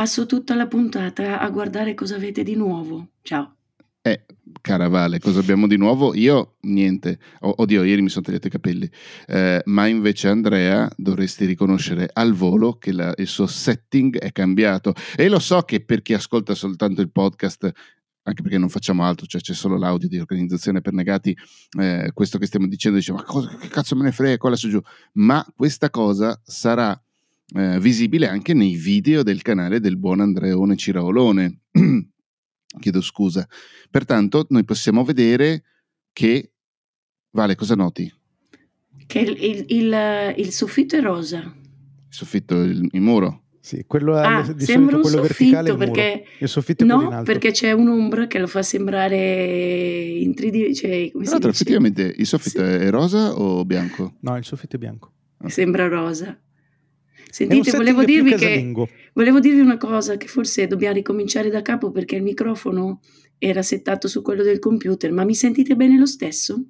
passo tutta la puntata a guardare cosa avete di nuovo. Ciao. Cara Vale, cosa abbiamo di nuovo? Io niente, oddio, ieri mi sono tagliato i capelli, ma invece Andrea dovresti riconoscere al volo che il suo setting è cambiato, e lo so che per chi ascolta soltanto il podcast, anche perché non facciamo altro, cioè c'è solo l'audio di Organizzazione per Negati, questo che stiamo dicendo, dice ma che cazzo me ne frega, qua su giù, ma questa cosa sarà visibile anche nei video del canale del buon Andreone Ciraolone. Chiedo scusa. Pertanto noi possiamo vedere che, Vale, cosa noti? Che il soffitto è rosa. Il soffitto, il muro? Sì, quello di sembra solito un quello verticale è il muro. perché Il soffitto è quello in alto. perché c'è un'ombra che lo fa sembrare in 3D, cioè, come si dice? Effettivamente il soffitto è rosa o bianco? No, il soffitto è bianco. Sembra rosa. Sentite, volevo dirvi una cosa, che forse dobbiamo ricominciare da capo perché il microfono era settato su quello del computer, ma mi sentite bene lo stesso?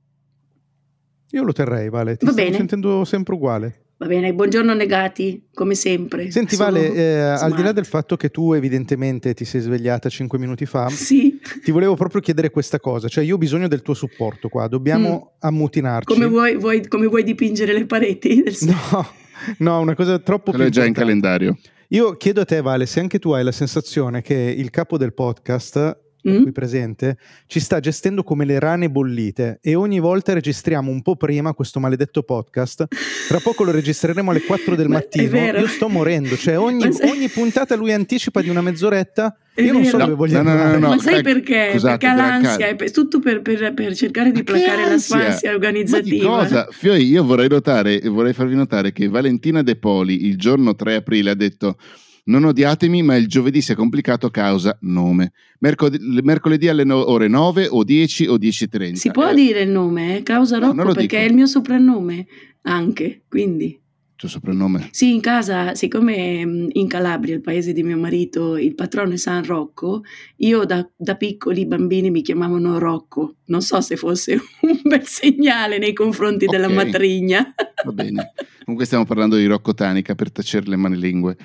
Io lo terrei, Vale, ti stavo sentendo sempre uguale. Va bene, buongiorno negati, come sempre. Senti Vale, al di là del fatto che tu evidentemente ti sei svegliata 5 minuti fa, sì. Ti volevo proprio chiedere questa cosa, cioè io ho bisogno del tuo supporto qua, dobbiamo ammutinarci. Come vuoi dipingere le pareti? No, una cosa troppo quello più è già importante. in calendario. Io chiedo a te, Vale, se anche tu hai la sensazione che il capo del podcast qui presente ci sta gestendo come le rane bollite, e ogni volta registriamo un po' prima questo maledetto podcast. Tra poco lo registreremo alle 4 del mattino. Io sto morendo, cioè ogni puntata lui anticipa di una mezz'oretta. Io non so dove vogliamo andare. Ma sai perché? Scusate, perché l'ansia è tutto per cercare di placare la sua ansia organizzativa. Ma di cosa? Fioi, io vorrei farvi notare che Valentina De Poli il giorno 3 aprile ha detto: non odiatemi, ma il giovedì si è complicato causa nome. Mercoledì alle ore 9 o 10 o 10:30. Si può dire il nome? Causa Rocco, perché è il mio soprannome anche, quindi. Il tuo soprannome? Sì, in casa, siccome in Calabria, il paese di mio marito, il patrono è San Rocco, io da piccoli bambini mi chiamavano Rocco. Non so se fosse un bel segnale nei confronti della matrigna. Va bene. Comunque stiamo parlando di Rocco Tanica per tacere le manilingue.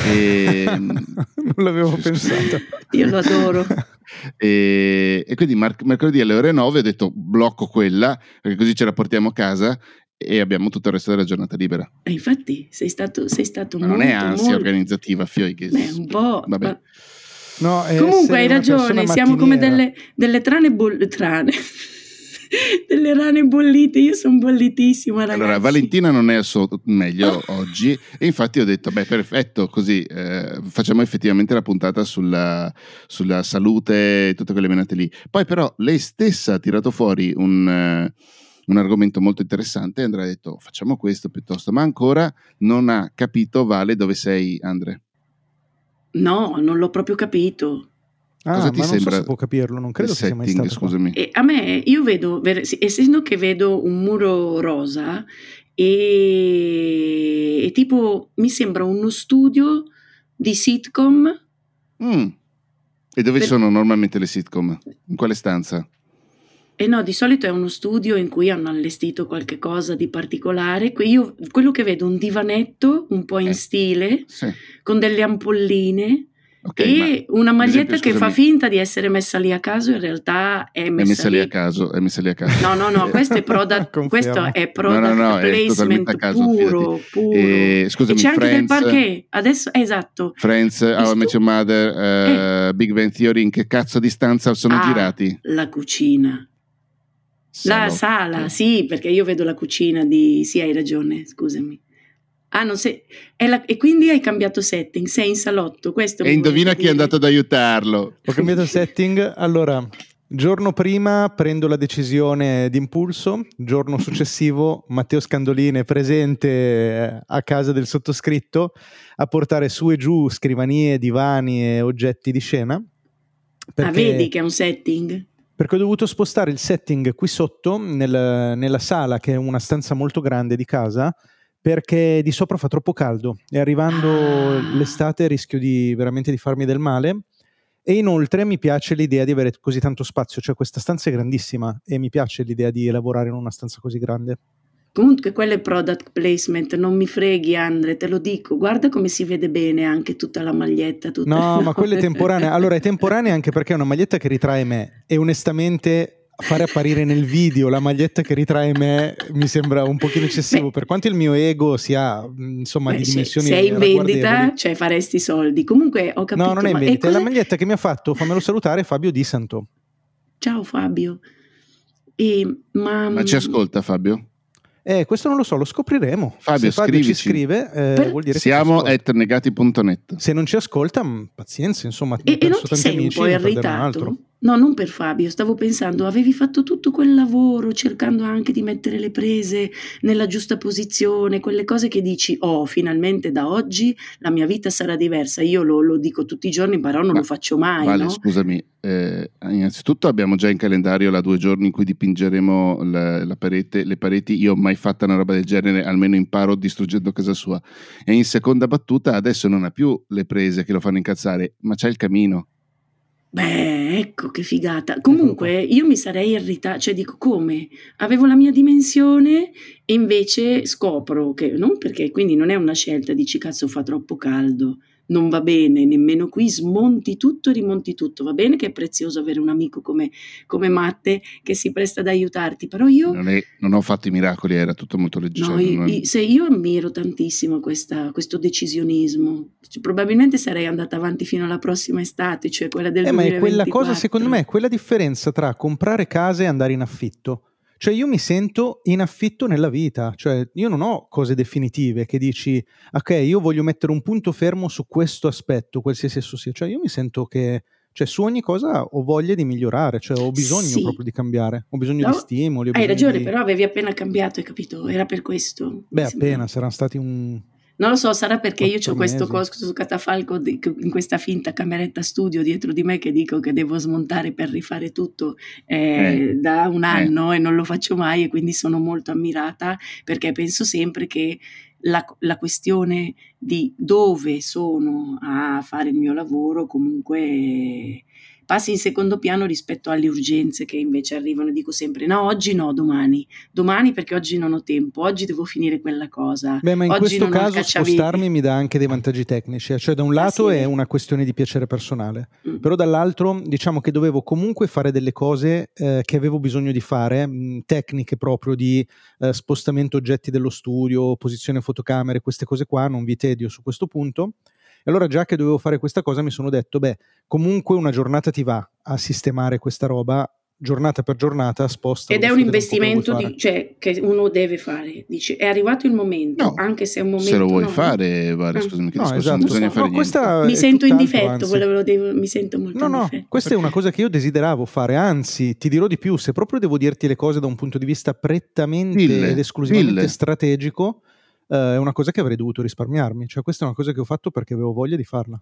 Non l'avevo pensato. Io lo adoro. E quindi mercoledì alle ore 9 ho detto blocco quella, perché così ce la portiamo a casa e abbiamo tutto il resto della giornata libera. E infatti sei stato ma molto, non è ansia molto organizzativa, Fioi, che un po'. Vabbè. No, comunque hai ragione, siamo come delle trane delle rane bollite. Io sono bollitissima, ragazzi. Allora, Valentina non è al suo meglio oggi, e infatti ho detto perfetto, così facciamo effettivamente la puntata sulla salute e tutte quelle menate lì. Poi però lei stessa ha tirato fuori un argomento molto interessante e Andrea ha detto facciamo questo piuttosto, ma ancora non ha capito, Vale, dove sei, Andre? No, non l'ho proprio capito. Cosa ti ma sembra? Non so se può capirlo, non credo che sia mai stato. Scusami. E a me, io vedo, essendo che vedo un muro rosa e tipo mi sembra uno studio di sitcom. E dove sono normalmente le sitcom? In quale stanza? No, di solito è uno studio in cui hanno allestito qualche cosa di particolare. Io quello che vedo, un divanetto un po' in stile, sì, con delle ampolline, e una maglietta che fa finta di essere messa lì a caso, in realtà è messa lì a caso. È messa lì a caso. No, questo è product placement a caso, puro. Scusami, e c'è anche del Friends, parquet. Adesso, esatto. Friends, How I Met Your Mother, Big Bang Theory, in che cazzo di stanza sono girati? La cucina. La sala, sì, perché io vedo la cucina sì, hai ragione, scusami. Non sei, e quindi hai cambiato setting, sei in salotto, questo. E indovina chi è andato ad aiutarlo. Ho cambiato setting, allora, giorno prima prendo la decisione d'impulso, giorno successivo Matteo Scandolini è presente a casa del sottoscritto a portare su e giù scrivanie, divani e oggetti di scena. Vedi che è un setting? Perché ho dovuto spostare il setting qui sotto nella sala, che è una stanza molto grande di casa, perché di sopra fa troppo caldo e arrivando l'estate rischio veramente di farmi del male. E inoltre mi piace l'idea di avere così tanto spazio, cioè questa stanza è grandissima e mi piace l'idea di lavorare in una stanza così grande. Comunque quello è product placement, non mi freghi Andre, te lo dico, guarda come si vede bene anche tutta la maglietta. No, ma quella è temporanea. Allora è temporanea anche perché è una maglietta che ritrae me e onestamente fare apparire nel video la maglietta che ritrae me mi sembra un pochino eccessivo. Per quanto il mio ego sia insomma di dimensioni se è in vendita, ragguardevoli. cioè faresti soldi. Comunque ho capito. No, non è in vendita, è la maglietta che mi ha fatto, fammelo salutare, Fabio Di Santo. Ciao Fabio. Ma ci ascolta Fabio? Questo non lo so, lo scopriremo. Fabio, se Fabio ci scrive, vuol dire siamo che @negati.net. se non ci ascolta, pazienza, insomma, e non ti sei un po' irritato? No, non per Fabio, stavo pensando, avevi fatto tutto quel lavoro cercando anche di mettere le prese nella giusta posizione, quelle cose che dici, finalmente da oggi la mia vita sarà diversa. Io lo dico tutti i giorni, però non lo faccio mai, Vale, no? scusami, innanzitutto abbiamo già in calendario la 2 giorni in cui dipingeremo le pareti. Io ho mai fatto una roba del genere, almeno imparo distruggendo casa sua. E in seconda battuta adesso non ha più le prese che lo fanno incazzare, ma c'è il camino. Beh, ecco che figata. Comunque io mi sarei irritata, cioè dico come? Avevo la mia dimensione e invece scopro che non, perché quindi non è una scelta, dici cazzo fa troppo caldo, non va bene, nemmeno qui smonti tutto e rimonti tutto. Va bene che è prezioso avere un amico come Matte che si presta ad aiutarti, però io non ho fatto i miracoli, era tutto molto leggero. no, io ammiro tantissimo questo decisionismo. Probabilmente sarei andata avanti fino alla prossima estate, cioè quella del 2024. Ma è quella cosa, secondo me, è quella differenza tra comprare case e andare in affitto. Cioè io mi sento in affitto nella vita, cioè io non ho cose definitive che dici ok, io voglio mettere un punto fermo su questo aspetto, qualsiasi esso sia. Cioè io mi sento che su ogni cosa ho voglia di migliorare, cioè ho bisogno proprio di cambiare, ho bisogno di stimoli. Hai ragione, però avevi appena cambiato, hai capito? Era per questo. Beh, appena, saranno stati non lo so, sarà perché io ho questo mesi. coso catafalco in questa finta cameretta studio dietro di me che dico che devo smontare per rifare tutto da un anno e non lo faccio mai, e quindi sono molto ammirata perché penso sempre che la questione di dove sono a fare il mio lavoro comunque passi in secondo piano rispetto alle urgenze che invece arrivano. Dico sempre no, oggi no, domani perché oggi non ho tempo, oggi devo finire quella cosa. Beh, ma in oggi questo caso spostarmi mi dà anche dei vantaggi tecnici, cioè da un lato è una questione di piacere personale, però dall'altro diciamo che dovevo comunque fare delle cose che avevo bisogno di fare, tecniche proprio di spostamento oggetti dello studio, posizione fotocamere, queste cose qua, non vi tedio su questo punto. E allora già che dovevo fare questa cosa mi sono detto, comunque una giornata ti va a sistemare questa roba, giornata per giornata, sposta. Ed è un investimento che uno deve fare. Dici, è arrivato il momento, anche se è un momento... Se lo vuoi fare, vale, scusami, esatto. non bisogna fare niente. Mi sento in difetto, mi sento molto in difetto. Questa è una cosa che io desideravo fare, anzi, ti dirò di più, se proprio devo dirti le cose da un punto di vista prettamente ed esclusivamente strategico, è una cosa che avrei dovuto risparmiarmi, cioè questa è una cosa che ho fatto perché avevo voglia di farla.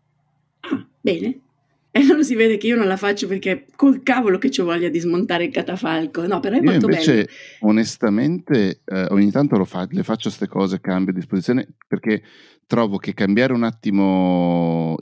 Bene. E non si vede che io non la faccio perché col cavolo che c'ho voglia di smontare il catafalco. No, però è molto invece, bello. Onestamente, ogni tanto le faccio queste cose, cambio disposizione, perché trovo che cambiare un attimo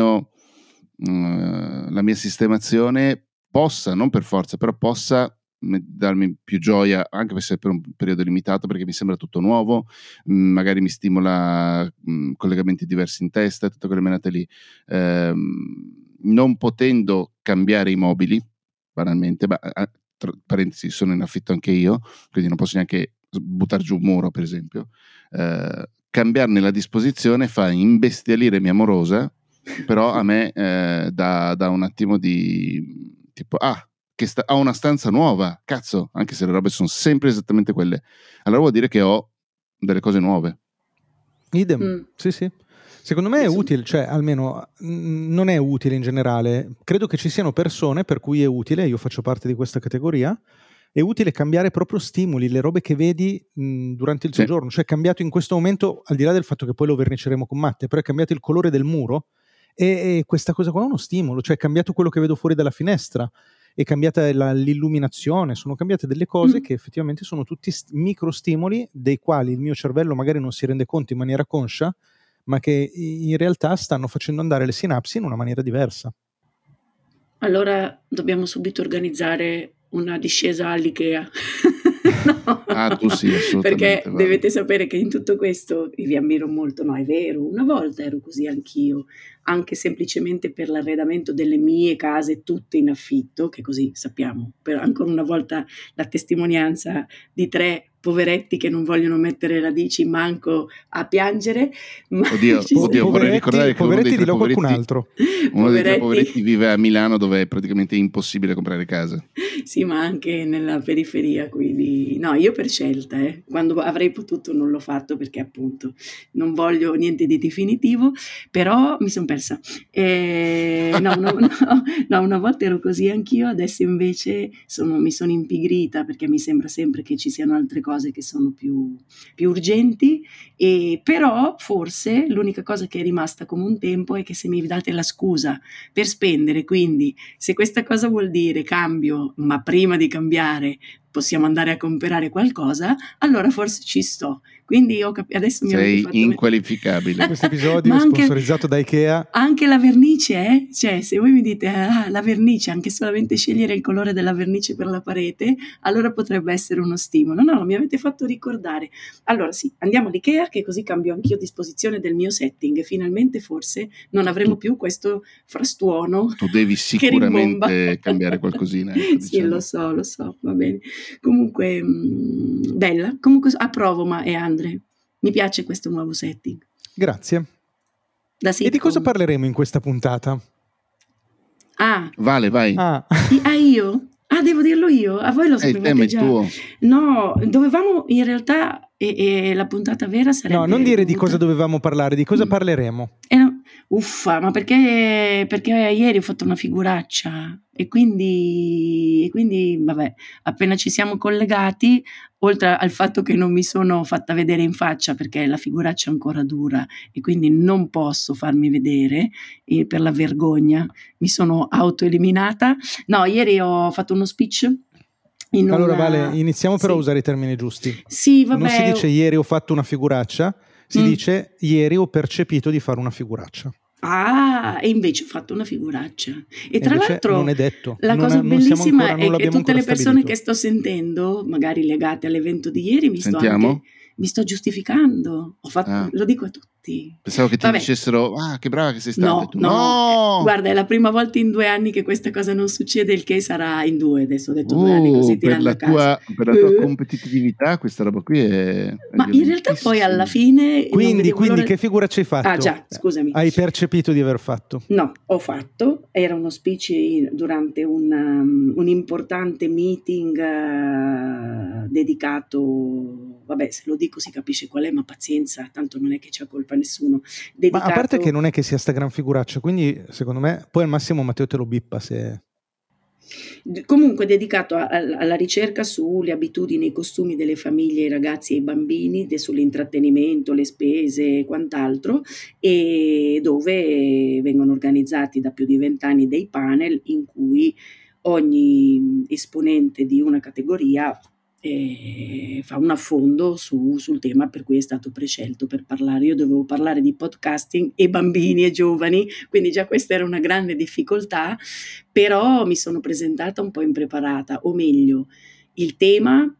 la mia sistemazione possa, non per forza, però possa darmi più gioia, anche se per un periodo limitato, perché mi sembra tutto nuovo, magari mi stimola collegamenti diversi in testa, tutte quelle menate lì. Non potendo cambiare i mobili, banalmente, parentesi, sono in affitto anche io, quindi non posso neanche buttare giù un muro, per esempio. Cambiarne la disposizione fa imbestialire mia morosa, però a me dà un attimo di tipo, che ho una stanza nuova, cazzo, anche se le robe sono sempre esattamente quelle, allora vuol dire che ho delle cose nuove. Idem, sì. Secondo me è utile, cioè almeno non è utile in generale, credo che ci siano persone per cui è utile, io faccio parte di questa categoria, è utile cambiare proprio stimoli, le robe che vedi durante il tuo giorno, cioè cambiato in questo momento, al di là del fatto che poi lo verniceremo con Matte, però è cambiato il colore del muro e questa cosa qua è uno stimolo, cioè è cambiato quello che vedo fuori dalla finestra, è cambiata l'illuminazione, sono cambiate delle cose che effettivamente sono tutti micro stimoli dei quali il mio cervello magari non si rende conto in maniera conscia, ma che in realtà stanno facendo andare le sinapsi in una maniera diversa. Allora dobbiamo subito organizzare una discesa all'Ikea. No, tu sì, assolutamente. perché dovete sapere che in tutto questo vi ammiro molto, no è vero, una volta ero così anch'io, anche semplicemente per l'arredamento delle mie case tutte in affitto, che così sappiamo, ancora una volta la testimonianza di 3 poveretti che non vogliono mettere radici manco a piangere. Ma Oddio, vorrei ricordare che poveretti dillo qualcun altro. Uno dei 3 poveretti vive a Milano, dove è praticamente impossibile comprare casa. Sì, ma anche nella periferia, quindi no, io per scelta, quando avrei potuto non l'ho fatto perché appunto non voglio niente di definitivo, però mi sono persa. No, una volta ero così anch'io, adesso invece mi sono impigrita perché mi sembra sempre che ci siano altre cose che sono più urgenti, però forse l'unica cosa che è rimasta come un tempo è che se mi date la scusa per spendere, quindi se questa cosa vuol dire cambio, ma prima di cambiare possiamo andare a comprare qualcosa, allora forse ci sto. Quindi adesso mi sei inqualificabile. Questo episodio è sponsorizzato da Ikea. Anche la vernice, cioè se voi mi dite la vernice, anche solamente scegliere il colore della vernice per la parete, allora potrebbe essere uno stimolo. No, mi avete fatto ricordare. Allora sì, andiamo all'Ikea, che così cambio anch'io disposizione del mio setting. Finalmente forse non avremo più questo frastuono. Tu devi sicuramente cambiare qualcosina. Sì, lo so, va bene. Comunque bella, comunque approvo, Andre, mi piace questo nuovo setting. Grazie. E di cosa parleremo in questa puntata? Vale, vai. Io? Devo dirlo io? A voi lo sapevate già? Tuo. No, dovevamo in realtà, e la puntata vera sarebbe... No, non dire di cosa dovevamo parlare, di cosa parleremo. Uffa, ma perché ieri ho fatto una figuraccia e quindi vabbè, appena ci siamo collegati, oltre al fatto che non mi sono fatta vedere in faccia perché la figuraccia è ancora dura e quindi non posso farmi vedere per la vergogna, mi sono autoeliminata. No, ieri ho fatto uno speech. Allora Vale, iniziamo però a usare i termini giusti. Sì, vabbè. Non si dice ieri ho fatto una figuraccia, si dice ieri ho percepito di fare una figuraccia. E invece ho fatto una figuraccia. E tra l'altro non è detto. La cosa bellissima è che tutte le persone che sto sentendo, magari legate all'evento di ieri, mi sto giustificando. Lo dico a tutti. Pensavo che ti dicessero che brava che sei stata. No. Guarda, è la prima volta in 2 anni che questa cosa non succede, il che sarà in 2. Adesso ho detto 2 anni così tirando a casa. Per la tua competitività questa roba qui è ma in realtà poi alla fine quindi che figura ci hai fatto? Già, scusami. Hai percepito di aver fatto? No, ho fatto, era uno speech durante un importante meeting dedicato, vabbè, se lo dico si capisce qual è, ma pazienza, tanto non è che c'è colpa nessuno. Ma a parte che non è che sia sta gran figuraccia, quindi secondo me poi al massimo Matteo te lo bippa se... Comunque dedicato alla ricerca sulle abitudini e i costumi delle famiglie, i ragazzi e i bambini, sull'intrattenimento, le spese e quant'altro, e dove vengono organizzati da più di 20 anni dei panel in cui ogni esponente di una categoria fa un affondo sul tema per cui è stato prescelto per parlare. Io dovevo parlare di podcasting e bambini e giovani, quindi già questa era una grande difficoltà, però mi sono presentata un po' impreparata, o meglio, il tema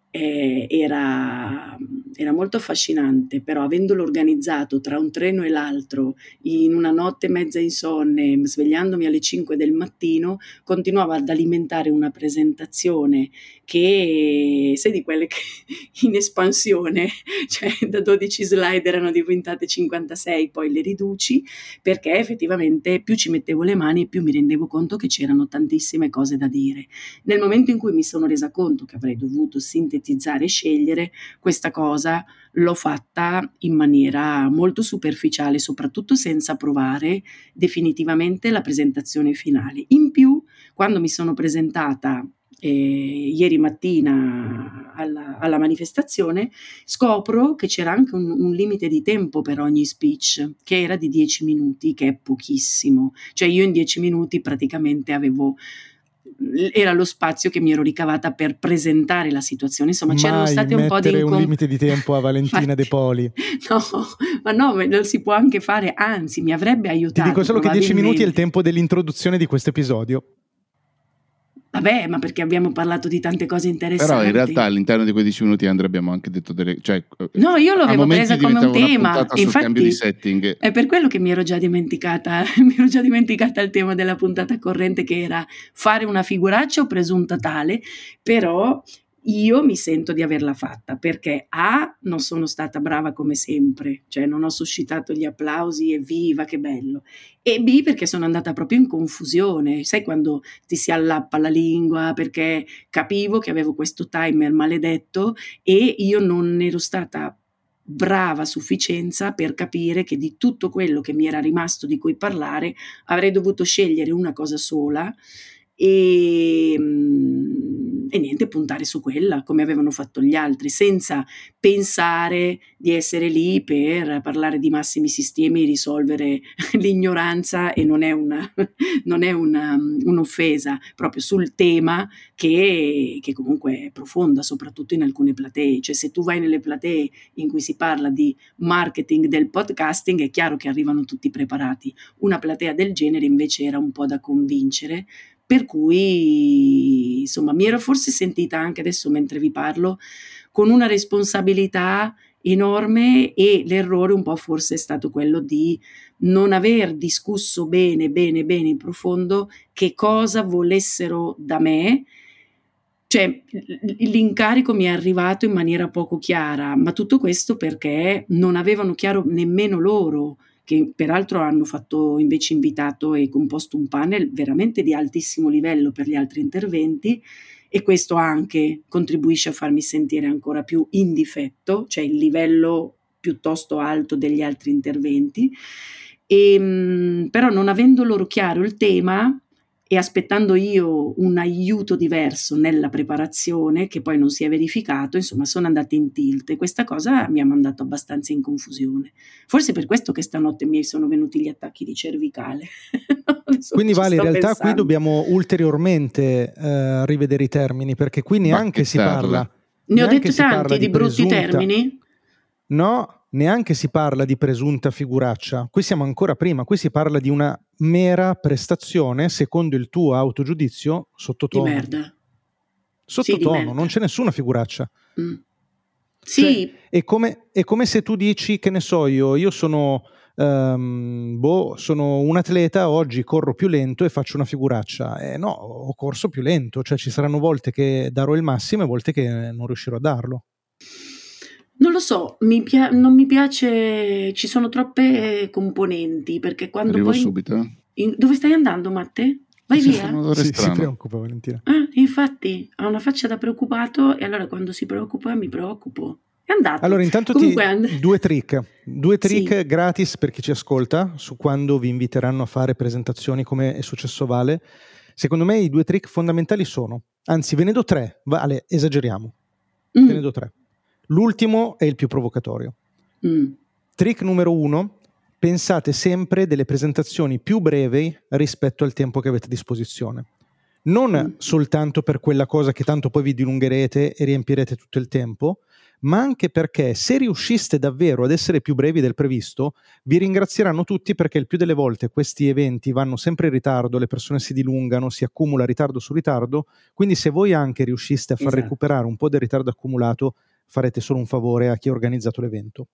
era molto affascinante, però avendolo organizzato tra un treno e l'altro, in una notte mezza insonne, svegliandomi alle 5 del mattino, continuava ad alimentare una presentazione che, sei di quelle che in espansione, cioè da 12 slide erano diventate 56, poi le riduci, perché effettivamente più ci mettevo le mani e più mi rendevo conto che c'erano tantissime cose da dire. Nel momento in cui mi sono resa conto che avrei dovuto sintetizzare e scegliere, questa cosa l'ho fatta in maniera molto superficiale, soprattutto senza provare definitivamente la presentazione finale. In più, quando mi sono presentata ieri mattina alla manifestazione, scopro che c'era anche un limite di tempo per ogni speech, che era di 10 minuti, che è pochissimo. Cioè io in 10 minuti praticamente era lo spazio che mi ero ricavata per presentare la situazione. Insomma, c'erano stati un po' di un limite di tempo a Valentina De Poli. No, lo si può anche fare, anzi mi avrebbe aiutato. Ti dico solo che 10 minuti è il tempo dell'introduzione di questo episodio. Vabbè, ma perché abbiamo parlato di tante cose interessanti. Però in realtà all'interno di quei 10 minuti, Andrea, abbiamo anche detto no, io l'avevo presa come un tema, e infatti cambio di setting. È per quello che mi ero già dimenticata il tema della puntata corrente, che era fare una figuraccia o presunta tale, però io mi sento di averla fatta, perché non sono stata brava come sempre, cioè non ho suscitato gli applausi e viva che bello, e B, perché sono andata proprio in confusione, sai quando ti si allappa la lingua, perché capivo che avevo questo timer maledetto e io non ero stata brava a sufficienza per capire che di tutto quello che mi era rimasto di cui parlare avrei dovuto scegliere una cosa sola e niente, puntare su quella come avevano fatto gli altri, senza pensare di essere lì per parlare di massimi sistemi e risolvere l'ignoranza, e non è un'offesa proprio sul tema che comunque è profonda, soprattutto in alcune platee. Cioè, se tu vai nelle platee in cui si parla di marketing del podcasting, è chiaro che arrivano tutti preparati. Una platea del genere invece era un po' da convincere, per cui insomma mi ero forse sentita anche adesso mentre vi parlo con una responsabilità enorme, e l'errore un po' forse è stato quello di non aver discusso bene in profondo che cosa volessero da me. Cioè, l'incarico mi è arrivato in maniera poco chiara, ma tutto questo perché non avevano chiaro nemmeno loro, che peraltro hanno fatto invece invitato e composto un panel veramente di altissimo livello per gli altri interventi, e questo anche contribuisce a farmi sentire ancora più in difetto, cioè il livello piuttosto alto degli altri interventi, però non avendo loro chiaro il tema e aspettando io un aiuto diverso nella preparazione, che poi non si è verificato, insomma sono andata in tilt, e questa cosa mi ha mandato abbastanza in confusione. Forse per questo che stanotte mi sono venuti gli attacchi di cervicale. Quindi Vale, in realtà qui dobbiamo ulteriormente rivedere i termini, perché qui neanche si parla. Ne ho detto tanti di brutti termini? No, neanche si parla di presunta figuraccia. Qui siamo ancora prima, qui si parla di una mera prestazione, secondo il tuo autogiudizio, sottotono. Di merda. Sottotono, non c'è nessuna figuraccia. Sì. Cioè, è come se tu dici, che ne so io sono sono un atleta, oggi corro più lento e faccio una figuraccia. No, ho corso più lento, cioè ci saranno volte che darò il massimo e volte che non riuscirò a darlo. Non lo so, non mi piace, ci sono troppe componenti, perché quando Arrivo poi... subito. Dove stai andando, Matte? Vai via? Si preoccupa, Valentina. Infatti, ha una faccia da preoccupato, e allora quando si preoccupa mi preoccupo. È andato. Allora, intanto due trick sì, gratis per chi ci ascolta su quando vi inviteranno a fare presentazioni, come è successo a Vale. Secondo me i 2 trick fondamentali sono, anzi ve ne do 3, Vale, esageriamo, ve ne do 3. L'ultimo è il più provocatorio. Trick numero 1: pensate sempre delle presentazioni più brevi rispetto al tempo che avete a disposizione. Non soltanto per quella cosa che tanto poi vi dilungherete e riempirete tutto il tempo, ma anche perché se riusciste davvero ad essere più brevi del previsto, vi ringrazieranno tutti, perché il più delle volte questi eventi vanno sempre in ritardo, le persone si dilungano, si accumula ritardo su ritardo, quindi se voi anche riusciste a far recuperare un po' del ritardo accumulato, farete solo un favore a chi ha organizzato l'evento.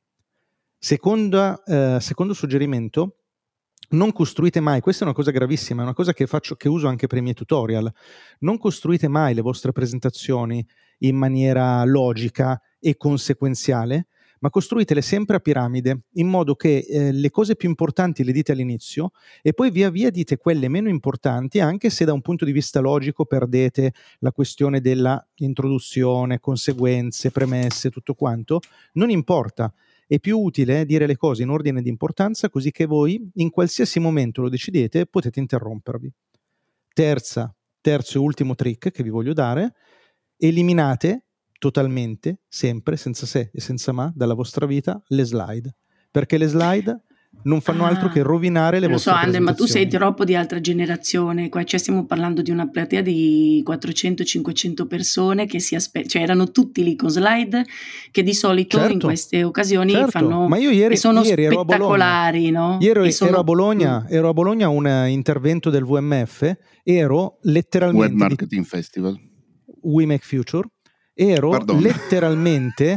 Secondo suggerimento: non costruite mai, questa è una cosa gravissima, è una cosa che uso anche per i miei tutorial, non costruite mai le vostre presentazioni in maniera logica e conseguenziale, ma costruitele sempre a piramide, in modo che le cose più importanti le dite all'inizio e poi via via dite quelle meno importanti, anche se da un punto di vista logico perdete la questione della introduzione, conseguenze, premesse, tutto quanto, non importa. È più utile dire le cose in ordine di importanza, così che voi in qualsiasi momento lo decidete potete interrompervi. Terzo e ultimo trick che vi voglio dare: eliminate totalmente, sempre, senza se e senza ma, dalla vostra vita le slide, perché le slide non fanno altro che rovinare le vostre presentazioni. Lo so, Andre, ma tu sei presentazioni. troppo di altra generazione, qua cioè stiamo parlando di una platea di 400-500 persone che cioè erano tutti lì con slide che di solito in Certo, queste occasioni certo. Ma io ieri sono ero a Bologna. spettacolari, no? Ero a Bologna a un intervento del WMF, ero letteralmente Web Marketing Festival. We Make Future, ero letteralmente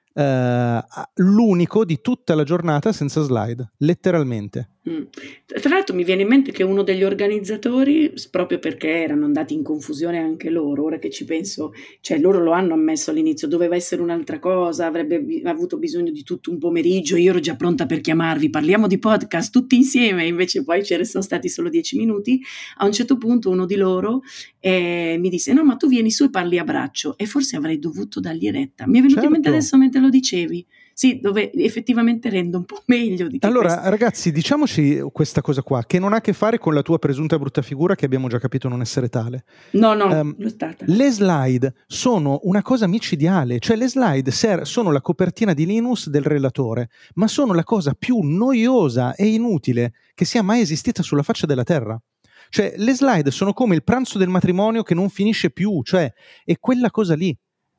l'unico di tutta la giornata senza slide, letteralmente. Tra l'altro mi viene in mente che uno degli organizzatori, proprio perché erano andati in confusione anche loro, ora che ci penso, cioè loro lo hanno ammesso all'inizio, doveva essere un'altra cosa, avrebbe avuto bisogno di tutto un pomeriggio, io ero già pronta per chiamarvi, parliamo di podcast tutti insieme, invece poi sono stati solo 10 minuti. A un certo punto uno di loro mi disse: no, ma tu vieni su e parli a braccio, e forse avrei dovuto dargli retta. Mi è venuto in mente adesso mentre lo dicevi. Sì, dove effettivamente rende un po' meglio di allora, ragazzi, diciamoci questa cosa qua, che non ha a che fare con la tua presunta brutta figura, che abbiamo già capito non essere tale. No, l'ho stata. Le slide sono una cosa micidiale, cioè le slide sono la copertina di Linus del relatore, ma sono la cosa più noiosa e inutile che sia mai esistita sulla faccia della terra. Cioè, le slide sono come il pranzo del matrimonio che non finisce più, cioè è quella cosa lì.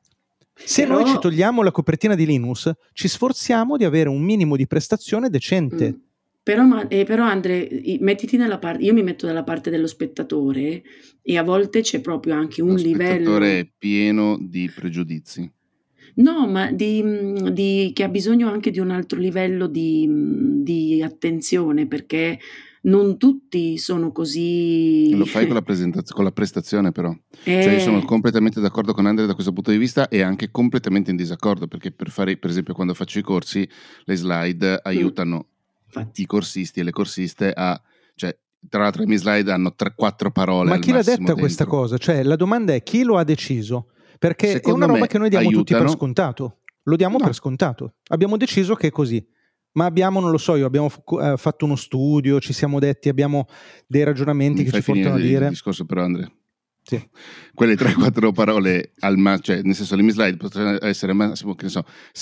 Se noi ci togliamo la copertina di Linus, ci sforziamo di avere un minimo di prestazione decente. Però Andre, mettiti nella parte, io mi metto dalla parte dello spettatore e a volte c'è proprio anche un livello. Lo spettatore è pieno di pregiudizi. No, ma che ha bisogno anche di un altro livello di attenzione, perché non tutti sono così. Lo fai con la prestazione, però. Cioè io sono completamente d'accordo con Andre da questo punto di vista e anche completamente in disaccordo, perché per esempio, quando faccio i corsi, le slide aiutano i corsisti e le corsiste cioè, tra l'altro le mie slide hanno 3-4 parole. Ma chi l'ha detta questa cosa? Cioè, la domanda è: chi lo ha deciso? Perché secondo è una roba che noi diamo tutti per scontato. Lo diamo per scontato. Abbiamo deciso che è così. Ma abbiamo fatto uno studio, ci siamo detti, abbiamo dei ragionamenti che ci portano a dire. Il discorso però, Andrea. Sì. Quelle 3-4 parole cioè nel senso le mie slide potrebbero essere massimo, che ne so,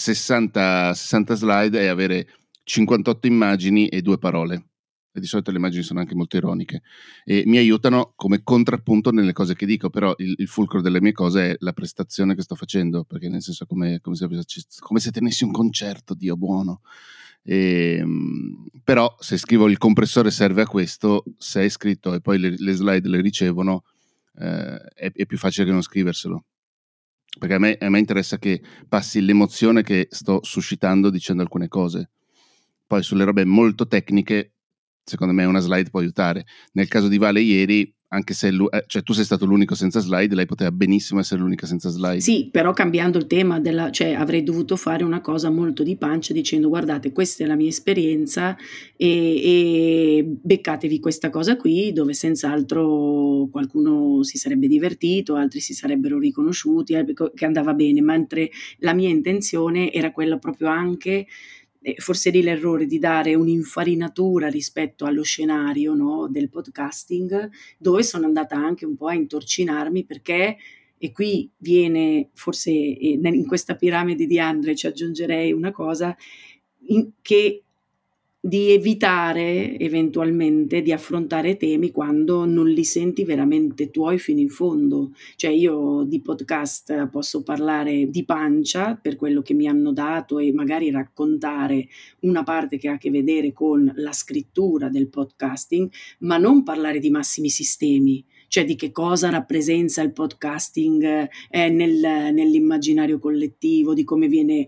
60 slide e avere 58 immagini e 2 parole. E di solito le immagini sono anche molto ironiche e mi aiutano come contrappunto nelle cose che dico, però il fulcro delle mie cose è la prestazione che sto facendo, perché nel senso come se tenessi un concerto, Dio buono. Però se scrivo il compressore serve a questo, se è scritto e poi le slide le ricevono, è più facile che non scriverselo, perché a me interessa che passi l'emozione che sto suscitando dicendo alcune cose. Poi sulle robe molto tecniche secondo me una slide può aiutare. Nel caso di Vale ieri, anche se cioè tu sei stato l'unico senza slide, lei poteva benissimo essere l'unica senza slide. Sì, però cambiando il tema cioè avrei dovuto fare una cosa molto di pancia dicendo: guardate, questa è la mia esperienza e beccatevi questa cosa qui, dove senz'altro qualcuno si sarebbe divertito, altri si sarebbero riconosciuti, che andava bene, mentre la mia intenzione era quella proprio anche, forse lì l'errore di dare un'infarinatura rispetto allo scenario, no, del podcasting, dove sono andata anche un po' a intorcinarmi, perché, e qui viene forse in questa piramide di Andre ci aggiungerei una cosa, che di evitare eventualmente di affrontare temi quando non li senti veramente tuoi fino in fondo. Cioè io di podcast posso parlare di pancia per quello che mi hanno dato e magari raccontare una parte che ha a che vedere con la scrittura del podcasting, ma non parlare di massimi sistemi, cioè di che cosa rappresenta il podcasting nell'immaginario collettivo, di come viene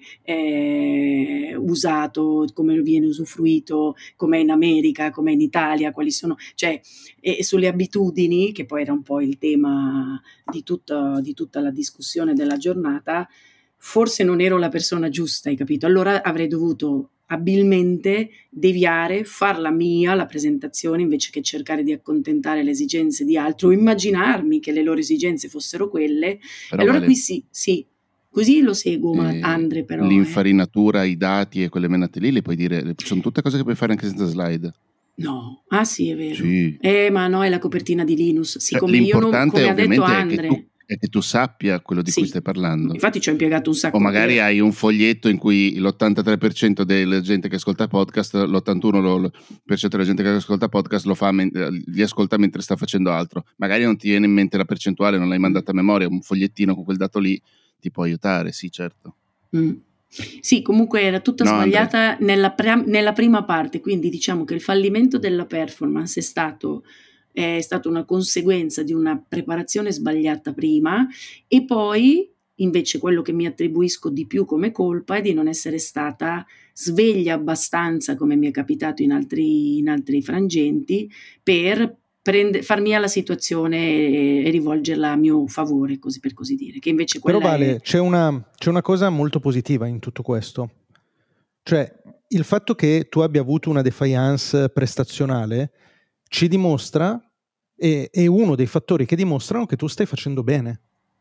usato, come viene usufruito, com'è in America, com'è in Italia, quali sono, cioè, e sulle abitudini, che poi era un po' il tema di tutta la discussione della giornata. Forse non ero la persona giusta, hai capito? Allora avrei dovuto abilmente deviare, farla mia la presentazione, invece che cercare di accontentare le esigenze di altri o immaginarmi che le loro esigenze fossero quelle. Però allora qui sì, così lo seguo, ma Andre però l'infarinatura, i dati e quelle menate lì le puoi dire, sono tutte cose che puoi fare anche senza slide. No, sì, è vero. Sì. Ma no, è la copertina di Linus, siccome io non, come ha detto Andre. è che tu sappia quello di cui stai parlando. Infatti ci ho impiegato un sacco. O magari hai un foglietto in cui l'83% della gente che ascolta podcast, l'81% della gente che ascolta podcast li ascolta mentre sta facendo altro. Magari non ti viene in mente la percentuale, non l'hai mandata a memoria, un fogliettino con quel dato lì ti può aiutare, sì, certo. Sì, comunque era tutta sbagliata nella prima parte, quindi diciamo che il fallimento della performance è stato una conseguenza di una preparazione sbagliata prima, e poi invece quello che mi attribuisco di più come colpa è di non essere stata sveglia abbastanza, come mi è capitato in altri frangenti, per far mia la situazione e rivolgerla a mio favore, così per così dire, che invece quella Però Vale, c'è una cosa molto positiva in tutto questo, cioè il fatto che tu abbia avuto una defiance prestazionale ci dimostra, è uno dei fattori che dimostrano che tu stai facendo bene.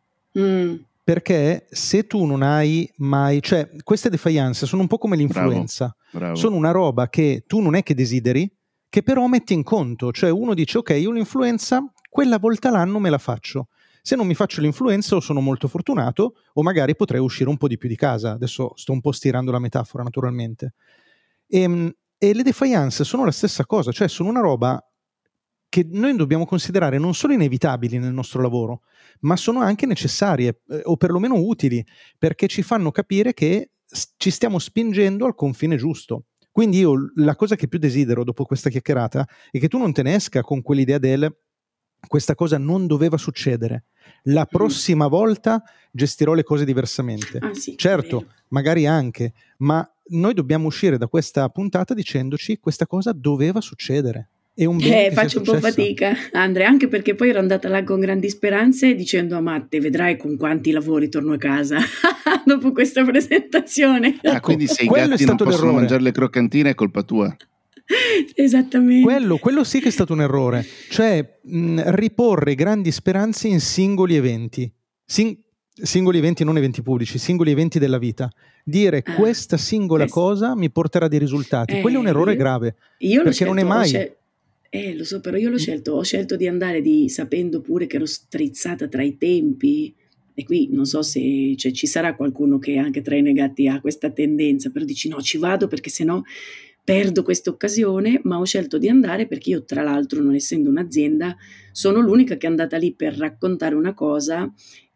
Perché se tu non hai mai, cioè queste defiance sono un po' come l'influenza, Bravo. sono una roba che tu non è che desideri, che però metti in conto, cioè uno dice ok, io l'influenza quella volta l'anno me la faccio, se non mi faccio l'influenza o sono molto fortunato o magari potrei uscire un po' di più di casa, adesso sto un po' stirando la metafora naturalmente, e le defiance sono la stessa cosa, cioè sono una roba che noi dobbiamo considerare non solo inevitabili nel nostro lavoro, ma sono anche necessarie o perlomeno utili, perché ci fanno capire che ci stiamo spingendo al confine giusto. Quindi io la cosa che più desidero dopo questa chiacchierata è che tu non te ne esca con quell'idea questa cosa non doveva succedere. La prossima volta gestirò le cose diversamente. Sì, certo, magari anche, ma noi dobbiamo uscire da questa puntata dicendoci questa cosa doveva succedere. Faccio un po' fatica, Andrea, anche perché poi ero andata là con grandi speranze dicendo a Matte, vedrai con quanti lavori torno a casa dopo questa presentazione. Quindi se i gatti non possono mangiare le croccantine è colpa tua. Esattamente. Quello sì che è stato un errore, cioè riporre grandi speranze in singoli eventi, singoli eventi, non eventi pubblici, singoli eventi della vita. Dire questa singola cosa mi porterà dei risultati, quello è un errore grave, perché non è mai... lo so, però io l'ho scelto di andare sapendo pure che ero strizzata tra i tempi, e qui non so se ci sarà qualcuno che anche tra i negati ha questa tendenza, però dici no, ci vado perché sennò perdo questa occasione, ma ho scelto di andare perché io, tra l'altro, non essendo un'azienda, sono l'unica che è andata lì per raccontare una cosa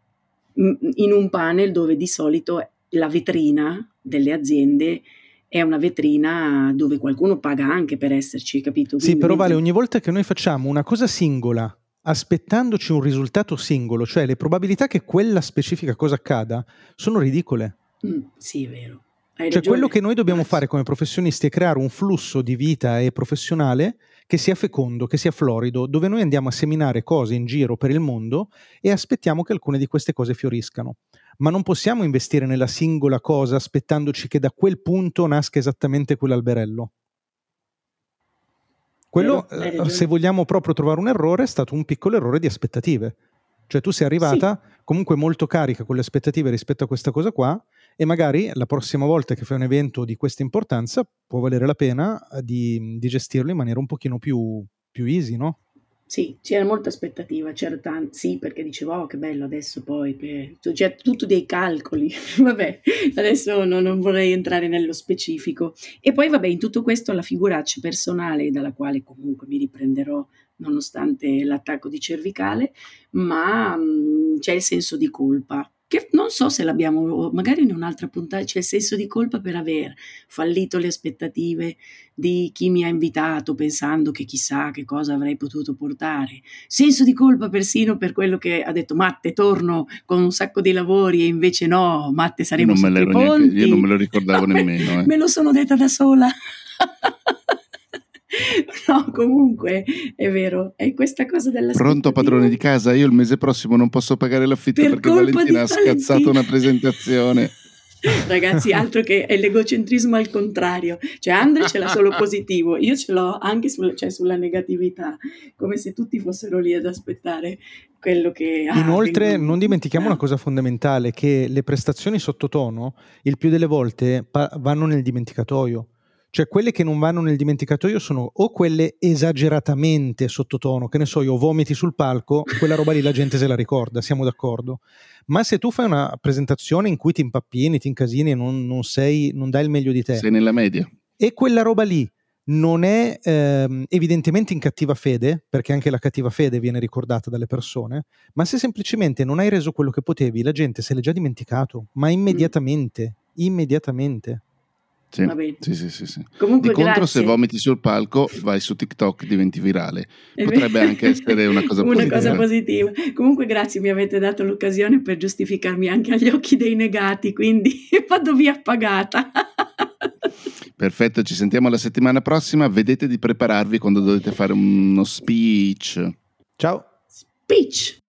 in un panel dove di solito la vetrina delle aziende è una vetrina dove qualcuno paga anche per esserci, capito? Quindi, sì, però Vale, ogni volta che noi facciamo una cosa singola, aspettandoci un risultato singolo, cioè le probabilità che quella specifica cosa accada sono ridicole. Sì, è vero. Cioè quello che noi dobbiamo fare come professionisti è creare un flusso di vita e professionale che sia fecondo, che sia florido, dove noi andiamo a seminare cose in giro per il mondo e aspettiamo che alcune di queste cose fioriscano. Ma non possiamo investire nella singola cosa aspettandoci che da quel punto nasca esattamente quell'alberello. Quello, se vogliamo proprio trovare un errore, è stato un piccolo errore di aspettative. Cioè tu sei arrivata comunque molto carica con le aspettative rispetto a questa cosa qua, e magari la prossima volta che fai un evento di questa importanza può valere la pena di gestirlo in maniera un pochino più easy, no? Sì, c'era molta aspettativa, sì, perché dicevo, oh, che bello adesso poi, cioè tutto dei calcoli, vabbè, adesso non vorrei entrare nello specifico. E poi vabbè, in tutto questo la figuraccia personale, dalla quale comunque mi riprenderò nonostante l'attacco di cervicale, ma c'è il senso di colpa, che non so se l'abbiamo, magari in un'altra puntata, c'è il senso di colpa per aver fallito le aspettative di chi mi ha invitato pensando che chissà che cosa avrei potuto portare, senso di colpa persino per quello che ha detto Matte, torno con un sacco di lavori, e invece no, Matte, saremo sotto i ponti. Io non me lo ricordavo nemmeno. Me lo sono detta da sola. No, comunque è vero, è questa cosa della pronto padrone di casa, io il mese prossimo non posso pagare l'affitto perché Valentina ha scazzato una presentazione. Ragazzi, altro che è l'egocentrismo al contrario, cioè Andre ce l'ha solo positivo, io ce l'ho anche sulla negatività, come se tutti fossero lì ad aspettare quello che inoltre non dimentichiamo una cosa fondamentale, che le prestazioni sottotono il più delle volte vanno nel dimenticatoio. Cioè quelle che non vanno nel dimenticatoio sono o quelle esageratamente sottotono, che ne so io, vomiti sul palco, quella roba lì la gente se la ricorda, siamo d'accordo. Ma se tu fai una presentazione in cui ti impappini, ti incasini e non dai il meglio di te, sei nella media, e quella roba lì non è evidentemente in cattiva fede, perché anche la cattiva fede viene ricordata dalle persone, ma se semplicemente non hai reso quello che potevi, la gente se l'è già dimenticato, ma immediatamente. Sì. Va bene. Sì. Comunque, di contro, grazie. se vomiti sul palco, vai su TikTok, diventi virale. Potrebbe anche essere una cosa positiva. Comunque, grazie, mi avete dato l'occasione per giustificarmi anche agli occhi dei negati, quindi vado via pagata. Perfetto, ci sentiamo la settimana prossima. Vedete di prepararvi quando dovete fare uno speech. Ciao. Speech.